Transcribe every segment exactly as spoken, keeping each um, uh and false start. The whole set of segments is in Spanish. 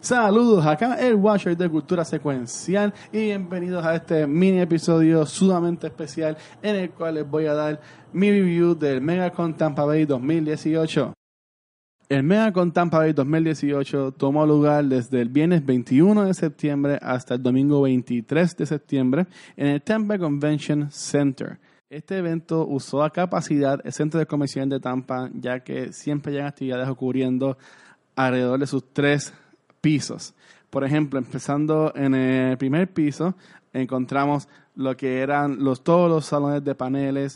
Saludos, acá el Watcher de Cultura Secuencial y bienvenidos a este mini episodio sumamente especial en el cual les voy a dar mi review del MegaCon Tampa Bay dos mil dieciocho. El MegaCon Tampa Bay dos mil dieciocho tomó lugar desde el viernes veintiuno de septiembre hasta el domingo veintitrés de septiembre en el Tampa Convention Center. Este evento usó a capacidad el Centro de Convenciones de Tampa, ya que siempre hay actividades ocurriendo alrededor de sus tres pisos. Por ejemplo, empezando en el primer piso, encontramos lo que eran los, todos los salones de paneles,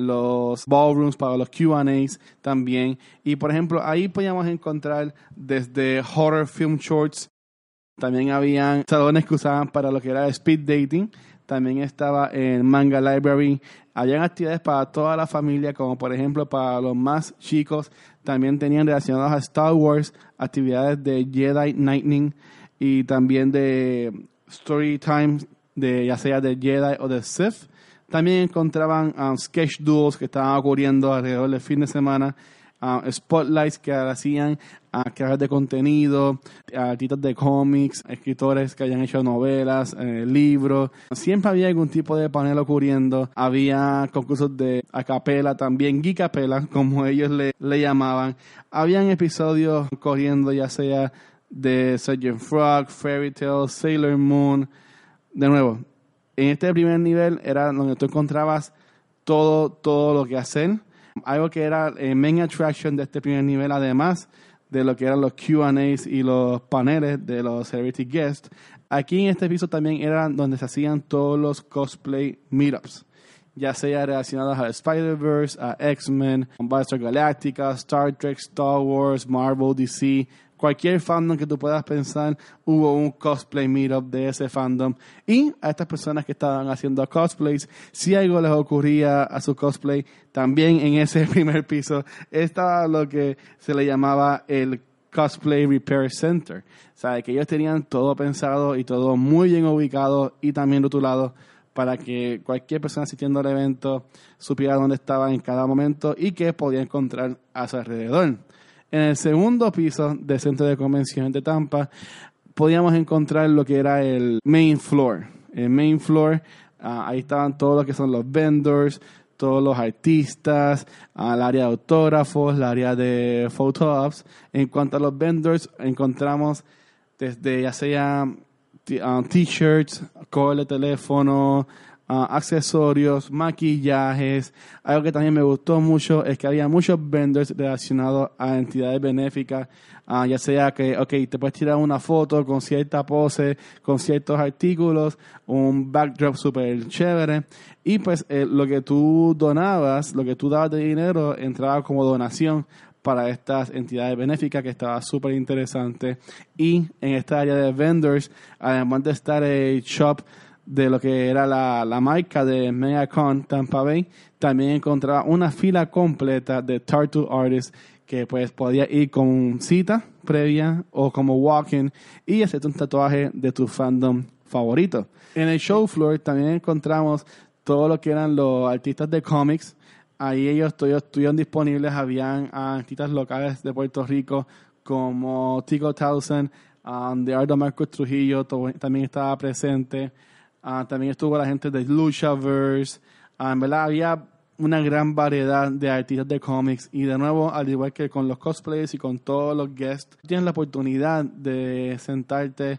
los ballrooms para los Q and A's también. Y, por ejemplo, ahí podíamos encontrar desde horror film shorts, también habían salones que usaban para lo que era speed dating, también estaba el Manga Library. Habían actividades para toda la familia, como por ejemplo para los más chicos, también tenían relacionados a Star Wars, actividades de Jedi Knighting y también de Story Time, de, ya sea de Jedi o de Sith. También encontraban um, sketch duels que estaban ocurriendo alrededor del fin de semana, uh, spotlights que hacían a uh, creadores de contenido, artistas de cómics, escritores que hayan hecho novelas, eh, libros. Siempre había algún tipo de panel ocurriendo. Había concursos de acapella también, geekapella, como ellos le, le llamaban. Habían episodios corriendo, ya sea de Sergeant Frog, Fairy Tail, Sailor Moon. De nuevo, en este primer nivel era donde tú encontrabas todo, todo lo que hacer. Algo que era el main attraction de este primer nivel, además de lo que eran los Q and A's y los paneles de los celebrity guests. Aquí en este piso también eran donde se hacían todos los cosplay meetups, ya sea relacionados a Spider-Verse, a X-Men, Battlestar Galactica, Star Trek, Star Wars, Marvel, D C. Cualquier fandom que tú puedas pensar, hubo un cosplay meetup de ese fandom. Y a estas personas que estaban haciendo cosplays, si algo les ocurría a su cosplay, también en ese primer piso estaba lo que se le llamaba el Cosplay Repair Center. O sea, que ellos tenían todo pensado y todo muy bien ubicado y también rotulado para que cualquier persona asistiendo al evento supiera dónde estaba en cada momento y qué podía encontrar a su alrededor. En el segundo piso del Centro de Convenciones de Tampa podíamos encontrar lo que era el main floor. El main floor, uh, ahí estaban todos los que son los vendors, todos los artistas, uh, el área de autógrafos, el área de photo ops. En cuanto a los vendors, encontramos desde ya sea uh, t-shirts, cobres de teléfono, Uh, accesorios, maquillajes. Algo que también me gustó mucho es que había muchos vendors relacionados a entidades benéficas, uh, ya sea que, ok, te puedes tirar una foto con cierta pose, con ciertos artículos, un backdrop súper chévere, y pues eh, lo que tú donabas, lo que tú dabas de dinero, entraba como donación para estas entidades benéficas, que estaba súper interesante. Y en esta área de vendors, además de estar el shop de lo que era la, la marca de MegaCon Tampa Bay, también encontraba una fila completa de tattoo artists que pues podía ir con cita previa o como walk-in y hacerte un tatuaje de tu fandom favorito. En el show floor también encontramos todo lo que eran los artistas de cómics. Ahí ellos todos estuvieron disponibles. Habían artistas locales de Puerto Rico como Tico Townsend, um, de Ardo Marcos Trujillo, todo, también estaba presente. Uh, también estuvo la gente de Luchaverse. Uh, en verdad había una gran variedad de artistas de cómics. Y de nuevo, al igual que con los cosplays y con todos los guests, tienes la oportunidad de sentarte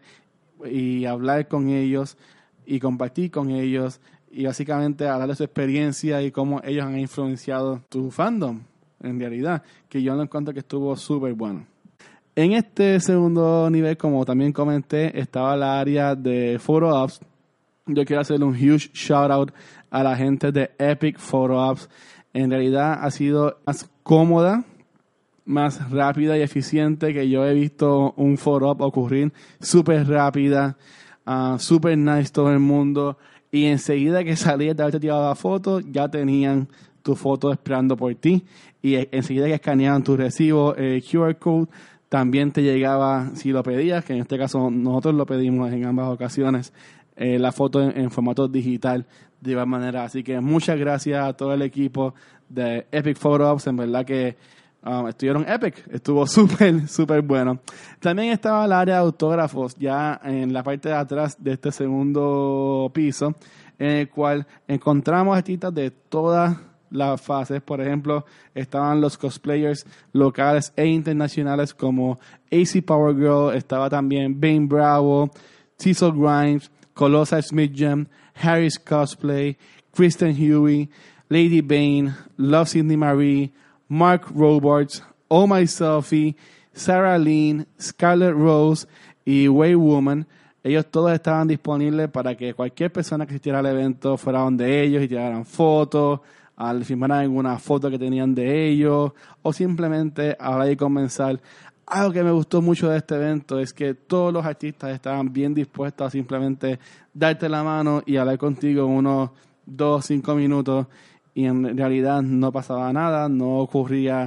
y hablar con ellos y compartir con ellos y básicamente hablar de su experiencia y cómo ellos han influenciado tu fandom, en realidad, que yo lo encuentro que estuvo súper bueno. En este segundo nivel, como también comenté, estaba la área de photo ops. Yo quiero hacerle un huge shout out a la gente de Epic Photo Ops. En realidad ha sido más cómoda, más rápida y eficiente que yo he visto un photo op ocurrir. Súper rápida, uh, súper nice todo el mundo. Y enseguida que salías de haberte tirado la foto, ya tenían tu foto esperando por ti. Y enseguida que escaneaban tu recibo, el Q R code, también te llegaba, si lo pedías, que en este caso nosotros lo pedimos en ambas ocasiones, Eh, la foto en, en formato digital de igual manera. Así que muchas gracias a todo el equipo de Epic Photo Ops. En verdad que um, estuvieron epic, estuvo súper, súper bueno. También estaba el área de autógrafos ya en la parte de atrás de este segundo piso, en el cual encontramos artistas de todas las fases. Por ejemplo, estaban los cosplayers locales e internacionales como A C Power Girl, estaba también Bane Bravo, Cecil Grimes, Colossa Smith Gem, Harris Cosplay, Kristen Huey, Lady Bane, Love Sidney Marie, Mark Robards, Oh My Sophie, Sarah Lynn, Scarlett Rose y Way Woman. Ellos todos estaban disponibles para que cualquier persona que asistiera al evento fuera donde ellos y tiraran fotos, al firmar alguna foto que tenían de ellos, o simplemente hablar y conversar. Algo que me gustó mucho de este evento es que todos los artistas estaban bien dispuestos a simplemente darte la mano y hablar contigo unos dos, cinco minutos, y en realidad no pasaba nada, no ocurría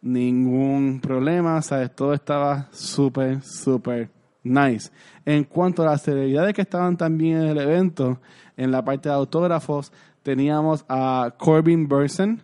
ningún problema, ¿sabes? Todo estaba súper, súper nice. En cuanto a las celebridades que estaban también en el evento, en la parte de autógrafos, teníamos a Corbin Burnson,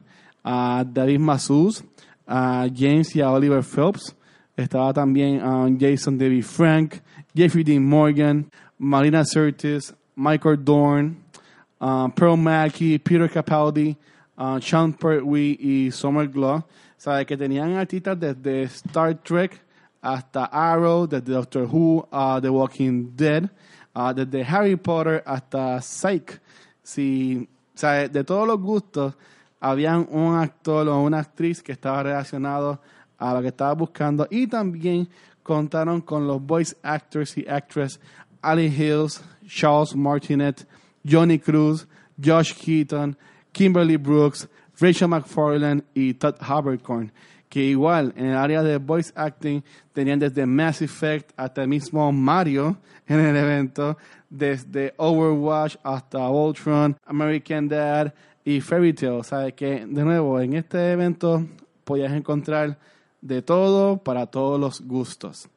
a David Mazouz, a James y a Oliver Phelps. Estaba también um, Jason David Frank, Jeffrey Dean Morgan, Marina Sirtis, Michael Dorn, uh, Pearl Mackie, Peter Capaldi, uh, Sean Pertwee y Summer Glau. ¿Sabes? Que tenían artistas desde Star Trek hasta Arrow, desde Doctor Who, uh, The Walking Dead, uh, desde Harry Potter hasta Psych. Si, ¿sabes? De todos los gustos, habían un actor o una actriz que estaba relacionado a lo que estaba buscando, y también contaron con los voice actors y actresses Ali Hills, Charles Martinet, Johnny Cruz, Josh Keaton, Kimberly Brooks, Rachel McFarlane y Todd Haberkorn, que igual en el área de voice acting tenían desde Mass Effect hasta el mismo Mario en el evento, desde Overwatch hasta Ultron, American Dad y Fairy Tail. O sea, que de nuevo en este evento podías encontrar de todo para todos los gustos.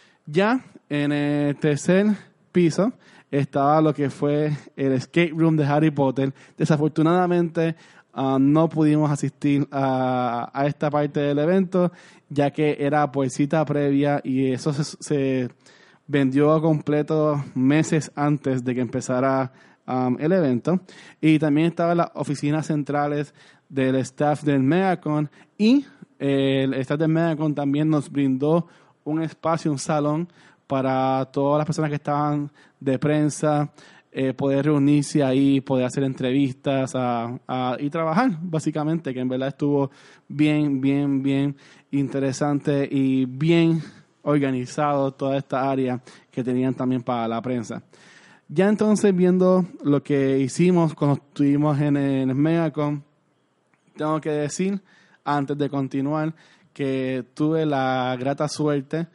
Ya en el tercer piso estaba lo que fue el escape room de Harry Potter. Desafortunadamente uh, no pudimos asistir a, a esta parte del evento, ya que era por cita previa y eso se, se vendió a completo meses antes de que empezara um, el evento. Y también estaban las oficinas centrales del staff del MegaCon, y el staff del MegaCon también nos brindó un espacio, un salón para todas las personas que estaban de prensa, eh, poder reunirse ahí, poder hacer entrevistas a, a, y trabajar, básicamente, que en verdad estuvo bien, bien, bien interesante y bien organizado toda esta área que tenían también para la prensa. Ya entonces, viendo lo que hicimos cuando estuvimos en el, en el MegaCon, tengo que decir, antes de continuar, que tuve la grata suerte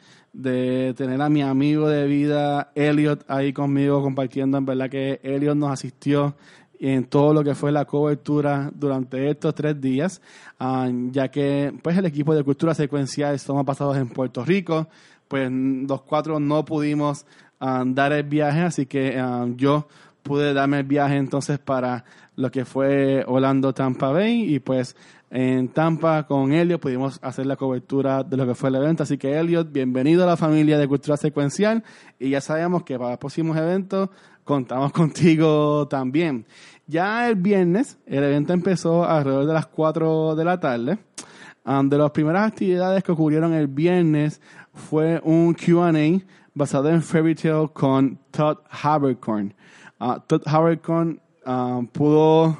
de tener a mi amigo de vida, Elliot, ahí conmigo compartiendo. En verdad que Elliot nos asistió en todo lo que fue la cobertura durante estos tres días, um, ya que pues el equipo de Cultura Secuencial somos pasados en Puerto Rico, pues los cuatro no pudimos um, dar el viaje, así que um, yo pude darme el viaje entonces para lo que fue Orlando, Tampa Bay, y pues en Tampa con Elliot pudimos hacer la cobertura de lo que fue el evento. Así que Elliot, bienvenido a la familia de Cultura Secuencial, y ya sabemos que para los próximos eventos contamos contigo también. Ya el viernes el evento empezó alrededor de las cuatro de la tarde. Um, de las primeras actividades que ocurrieron el viernes fue un Q and A basado en Fairy Tail con Todd Haberkorn. Uh, Todd Haberkorn um, pudo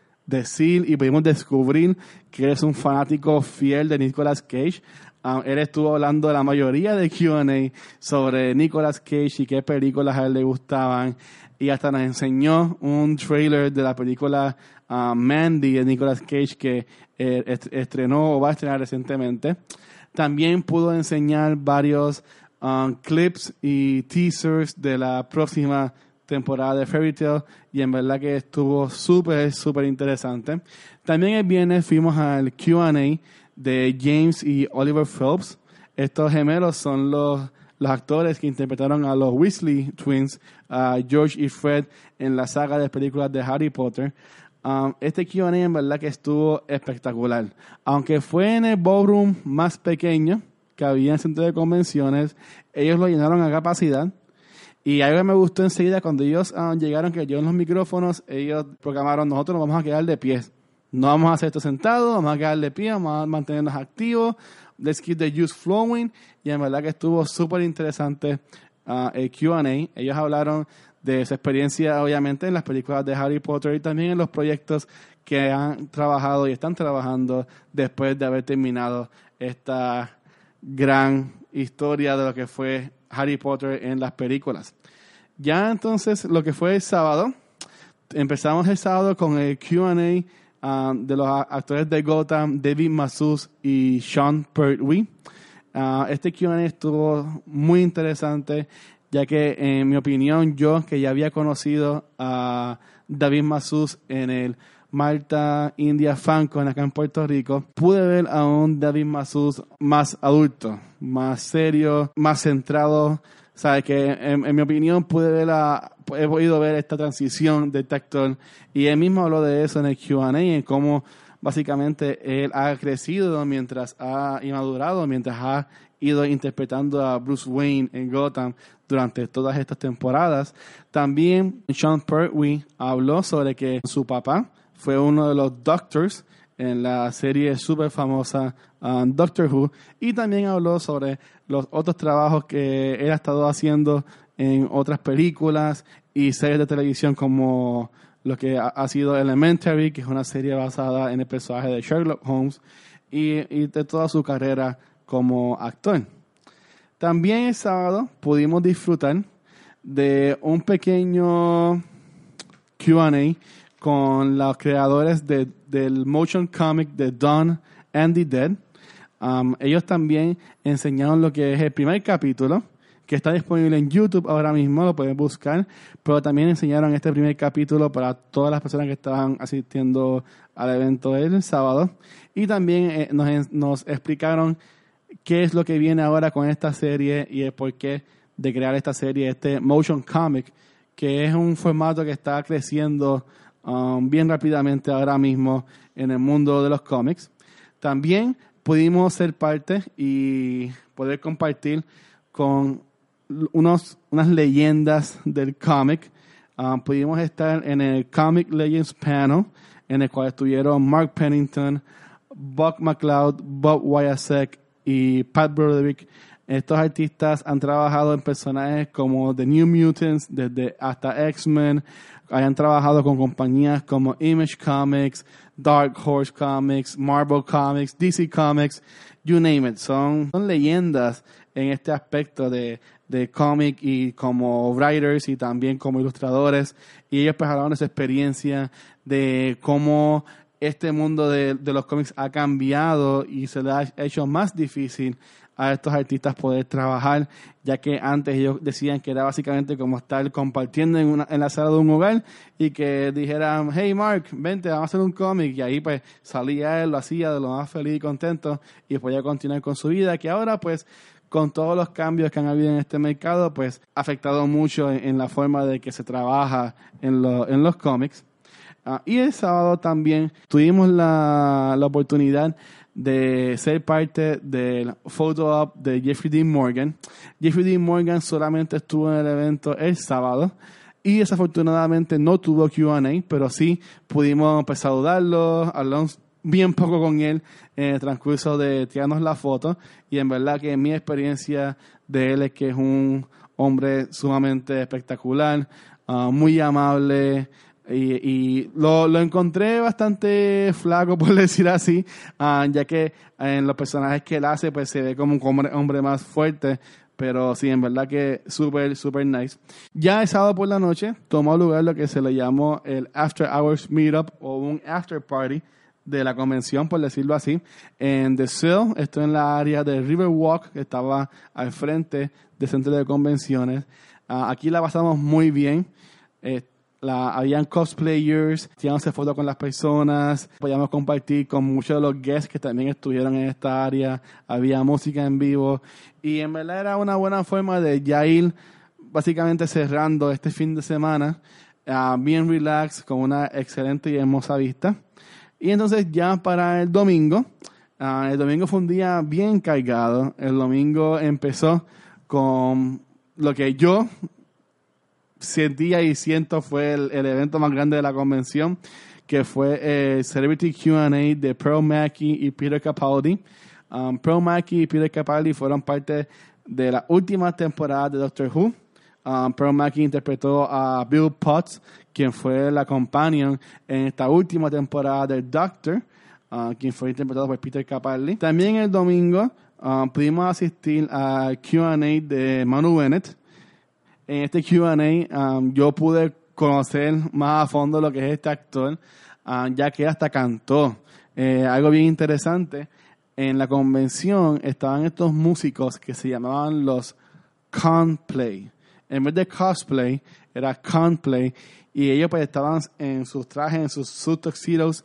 decir y pudimos descubrir que él es un fanático fiel de Nicolas Cage. Um, él estuvo hablando de la mayoría de Q and A sobre Nicolas Cage y qué películas a él le gustaban, y hasta nos enseñó un trailer de la película uh, Mandy de Nicolas Cage que eh, est- estrenó o va a estrenar recientemente. También pudo enseñar varios um, clips y teasers de la próxima temporada de Fairy Tail, y en verdad que estuvo súper, súper interesante. También el viernes fuimos al Q and A de James y Oliver Phelps. Estos gemelos son los, los actores que interpretaron a los Weasley Twins, uh, George y Fred, en la saga de películas de Harry Potter. Um, este Q and A en verdad que estuvo espectacular. Aunque fue en el ballroom más pequeño que había en el centro de convenciones, ellos lo llenaron a capacidad. Y algo que me gustó enseguida, cuando ellos um, llegaron, que llevaron los micrófonos, ellos proclamaron: nosotros nos vamos a quedar de pie. No vamos a hacer esto sentado, vamos a quedar de pie, vamos a mantenernos activos. Let's keep the juice flowing. Y en verdad que estuvo súper interesante uh, el Q and A. Ellos hablaron de su experiencia, obviamente, en las películas de Harry Potter y también en los proyectos que han trabajado y están trabajando después de haber terminado esta gran historia de lo que fue Harry Potter en las películas. Ya entonces, lo que fue el sábado, empezamos el sábado con el Q and A um, de los actores de Gotham, David Mazouz y Sean Pertwee. Uh, este Q and A estuvo muy interesante, ya que, en mi opinión, yo, que ya había conocido a David Mazouz en el Malta India FanCon acá en Puerto Rico, pude ver a un David Mazouz más adulto, más serio, más centrado. Sabes que, en, en mi opinión, pude ver a, he podido ver esta transición de este actor, y él mismo habló de eso en el Q and A, en cómo básicamente él ha crecido mientras ha y madurado, mientras ha ido interpretando a Bruce Wayne en Gotham durante todas estas temporadas. También Sean Pertwee habló sobre que su papá fue uno de los Doctors en la serie súper famosa um, Doctor Who, y también habló sobre los otros trabajos que él ha estado haciendo en otras películas y series de televisión, como lo que ha, ha sido Elementary, que es una serie basada en el personaje de Sherlock Holmes, y, y de toda su carrera como actor. También el sábado pudimos disfrutar de un pequeño Q and A con los creadores de, del motion comic de Dawn and the Dead. Um, ellos también enseñaron lo que es el primer capítulo, que está disponible en YouTube ahora mismo, lo pueden buscar, pero también enseñaron este primer capítulo para todas las personas que estaban asistiendo al evento el sábado, y también eh, nos, nos explicaron qué es lo que viene ahora con esta serie y el porqué de crear esta serie, este motion comic, que es un formato que está creciendo um, bien rápidamente ahora mismo en el mundo de los cómics. También pudimos ser parte y poder compartir con unos, unas leyendas del cómic. Um, pudimos estar en el Comic Legends Panel, en el cual estuvieron Mark Pennington, Buck McLeod, Bob Wyacek y Pat Broderick. Estos artistas han trabajado en personajes como The New Mutants, desde hasta X-Men. Hayan trabajado con compañías como Image Comics, Dark Horse Comics, Marvel Comics, D C Comics, you name it. Son, son leyendas en este aspecto de, de cómic, y como writers y también como ilustradores. Y ellos pues hablaron de su experiencia, de cómo este mundo de, de los cómics ha cambiado y se le ha hecho más difícil a estos artistas poder trabajar, ya que antes ellos decían que era básicamente como estar compartiendo en, una, en la sala de un hogar, y que dijeran: hey Mark, vente, vamos a hacer un cómic, y ahí pues salía él, lo hacía de lo más feliz y contento, y podía continuar con su vida, que ahora pues con todos los cambios que han habido en este mercado, pues ha afectado mucho en, en la forma de que se trabaja en, lo, en los cómics. Uh, y el sábado también tuvimos la, la oportunidad de ser parte del photo op de Jeffrey Dean Morgan. Jeffrey Dean Morgan solamente estuvo en el evento el sábado y desafortunadamente no tuvo Q and A, pero sí pudimos pues, saludarlo, hablamos bien poco con él en el transcurso de tirarnos la foto, y en verdad que mi experiencia de él es que es un hombre sumamente espectacular, uh, muy amable. Y, y lo, lo encontré bastante flaco, por decir así, uh, ya que en los personajes que él hace, pues se ve como un hombre, hombre más fuerte, pero sí, en verdad que súper, súper nice. Ya el sábado por la noche tomó lugar lo que se le llamó el After Hours Meetup, o un after party de la convención, por decirlo así, en The Sill. Esto en la área de Riverwalk, que estaba al frente del centro de convenciones. Uh, aquí la pasamos muy bien. Eh, La, habían cosplayers, tirándose fotos con las personas, podíamos compartir con muchos de los guests que también estuvieron en esta área, había música en vivo, y en verdad era una buena forma de ya ir básicamente cerrando este fin de semana uh, bien relax, con una excelente y hermosa vista. Y entonces ya para el domingo, uh, el domingo fue un día bien cargado. El domingo empezó con lo que yo sentía y siento fue el, el evento más grande de la convención, que fue el Celebrity Q and A de Pearl Mackie y Peter Capaldi. Um, Pearl Mackie y Peter Capaldi fueron parte de la última temporada de Doctor Who. Um, Pearl Mackie interpretó a Bill Potts, quien fue la companion en esta última temporada del Doctor, uh, quien fue interpretado por Peter Capaldi. También el domingo um, pudimos asistir a Q and A de Manu Bennett. En este Q and A um, yo pude conocer más a fondo lo que es este actor, um, ya que hasta cantó. Eh, algo bien interesante, en la convención estaban estos músicos que se llamaban los Conplay. En vez de cosplay, era Conplay, y ellos pues estaban en sus trajes, en sus suit tuxedos,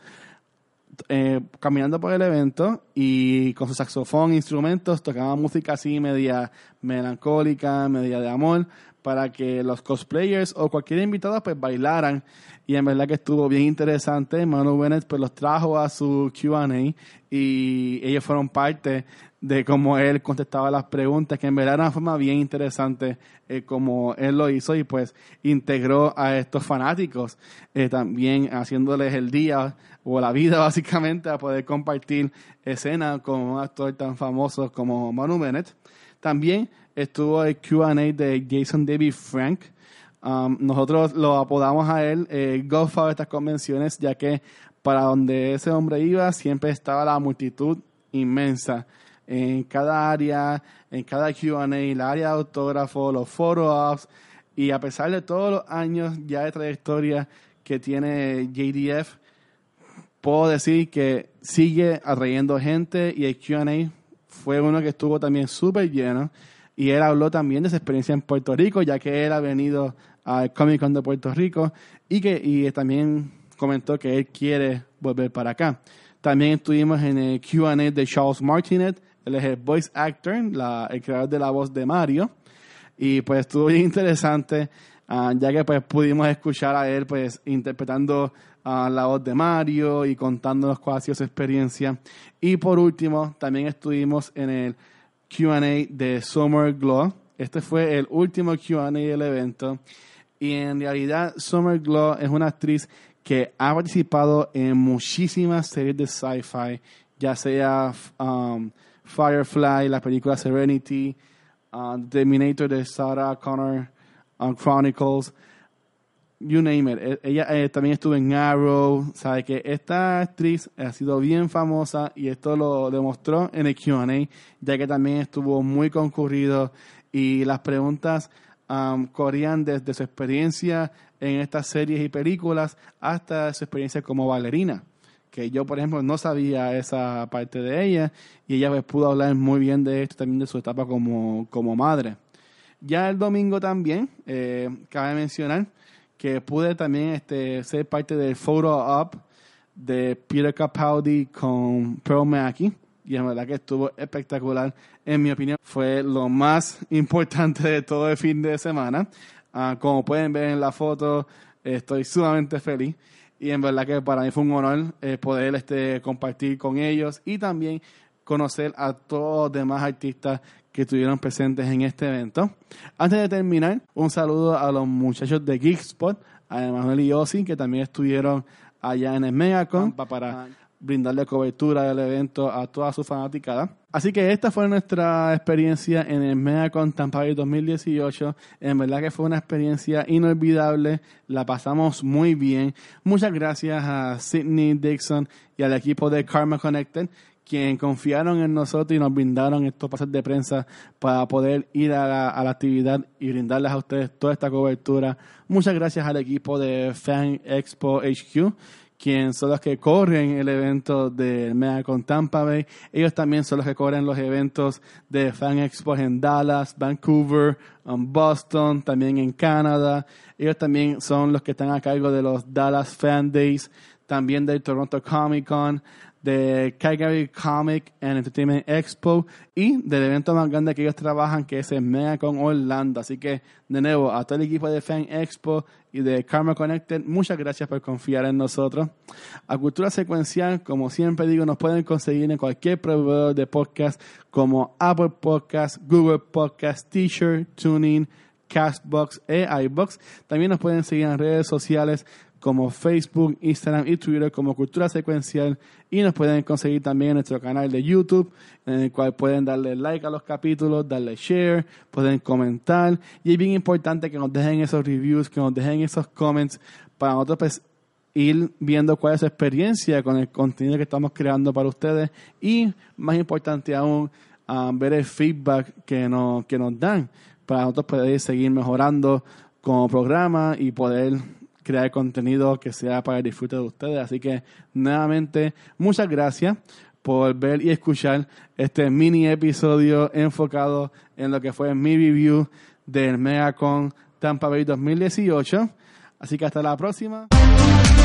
eh, caminando por el evento y con su saxofón, instrumentos, tocaban música así media melancólica, media de amor, para que los cosplayers o cualquier invitado pues bailaran. Y en verdad que estuvo bien interesante. Manu Bennett pues los trajo a su Q and A y ellos fueron parte de cómo él contestaba las preguntas, que en verdad era una forma bien interesante eh, como él lo hizo, y pues integró a estos fanáticos, eh, también haciéndoles el día o la vida básicamente a poder compartir escena con un actor tan famoso como Manu Bennett. También estuvo el Q and A de Jason David Frank. Um, nosotros lo apodamos a él eh, Godfather de estas convenciones, ya que para donde ese hombre iba siempre estaba la multitud inmensa. En cada área, en cada Q and A, la área de autógrafo, los photo ops, y a pesar de todos los años ya de trayectoria que tiene J D F, puedo decir que sigue atrayendo gente, y el Q and A fue uno que estuvo también súper lleno, y él habló también de su experiencia en Puerto Rico, ya que él ha venido al Comic Con de Puerto Rico, y que y también comentó que él quiere volver para acá. También estuvimos en el Q and A de Charles Martinet. Él es el voice actor, la, el creador de la voz de Mario, y pues estuvo bien interesante, uh, ya que pues pudimos escuchar a él pues interpretando uh, la voz de Mario y contándonos cuál ha sido su experiencia. Y por último, también estuvimos en el Q and A de Summer Glau. Este fue el último Q and A del evento, y en realidad Summer Glau es una actriz que ha participado en muchísimas series de sci-fi, ya sea um, Firefly, la película Serenity, uh, Terminator de Sarah Connor, um, Chronicles, you name it. Ella eh, también estuvo en Arrow. Sabe que esta actriz ha sido bien famosa, y esto lo demostró en el Q and A, ya que también estuvo muy concurrido, y las preguntas um, corrían desde su experiencia en estas series y películas hasta su experiencia como bailarina, que yo, por ejemplo, no sabía esa parte de ella, y ella pues, pudo hablar muy bien de esto, también de su etapa como, como madre. Ya el domingo también, eh, cabe mencionar que pude también este, ser parte del photo op de Peter Capaldi con Pearl Mackie, y en verdad que estuvo espectacular. En mi opinión, fue lo más importante de todo el fin de semana. Uh, como pueden ver en la foto, estoy sumamente feliz. Y en verdad que para mí fue un honor eh, poder este, compartir con ellos, y también conocer a todos los demás artistas que estuvieron presentes en este evento. Antes de terminar, un saludo a los muchachos de Geekspot, a Emanuel y Ozzy, que también estuvieron allá en el MegaCon para brindarle cobertura del evento a toda su fanaticada. Así que esta fue nuestra experiencia en el MegaCon Tampa Bay dos mil dieciocho. En verdad que fue una experiencia inolvidable, la pasamos muy bien. Muchas gracias a Sidney Dixon y al equipo de Karma Connected, quien confiaron en nosotros y nos brindaron estos pases de prensa para poder ir a la, a la actividad y brindarles a ustedes toda esta cobertura. Muchas gracias al equipo de Fan Expo H Q, quien son los que corren el evento del MegaCon Tampa Bay. Ellos también son los que corren los eventos de Fan Expo en Dallas, Vancouver, um, Boston, también en Canadá. Ellos también son los que están a cargo de los Dallas Fan Days, también del Toronto Comic Con, de Calgary Comic and Entertainment Expo y del evento más grande que ellos trabajan, que es el MegaCon Orlando. Así que, de nuevo, a todo el equipo de Fan Expo y de Karma Connected, muchas gracias por confiar en nosotros. A Cultura Secuencial, como siempre digo, nos pueden conseguir en cualquier proveedor de podcast como Apple Podcasts, Google Podcasts, Teacher, TuneIn, Castbox e iBox. También nos pueden seguir en redes sociales como Facebook, Instagram y Twitter como Cultura Secuencial, y nos pueden conseguir también en nuestro canal de YouTube, en el cual pueden darle like a los capítulos, darle share, pueden comentar, y es bien importante que nos dejen esos reviews, que nos dejen esos comments para nosotros pues, ir viendo cuál es su experiencia con el contenido que estamos creando para ustedes, y más importante aún, um, ver el feedback que nos, que nos dan para nosotros poder seguir mejorando como programa y poder crear contenido que sea para el disfrute de ustedes. Así que, nuevamente, muchas gracias por ver y escuchar este mini episodio enfocado en lo que fue mi review del MegaCon Tampa Bay dos mil dieciocho. Así que hasta la próxima.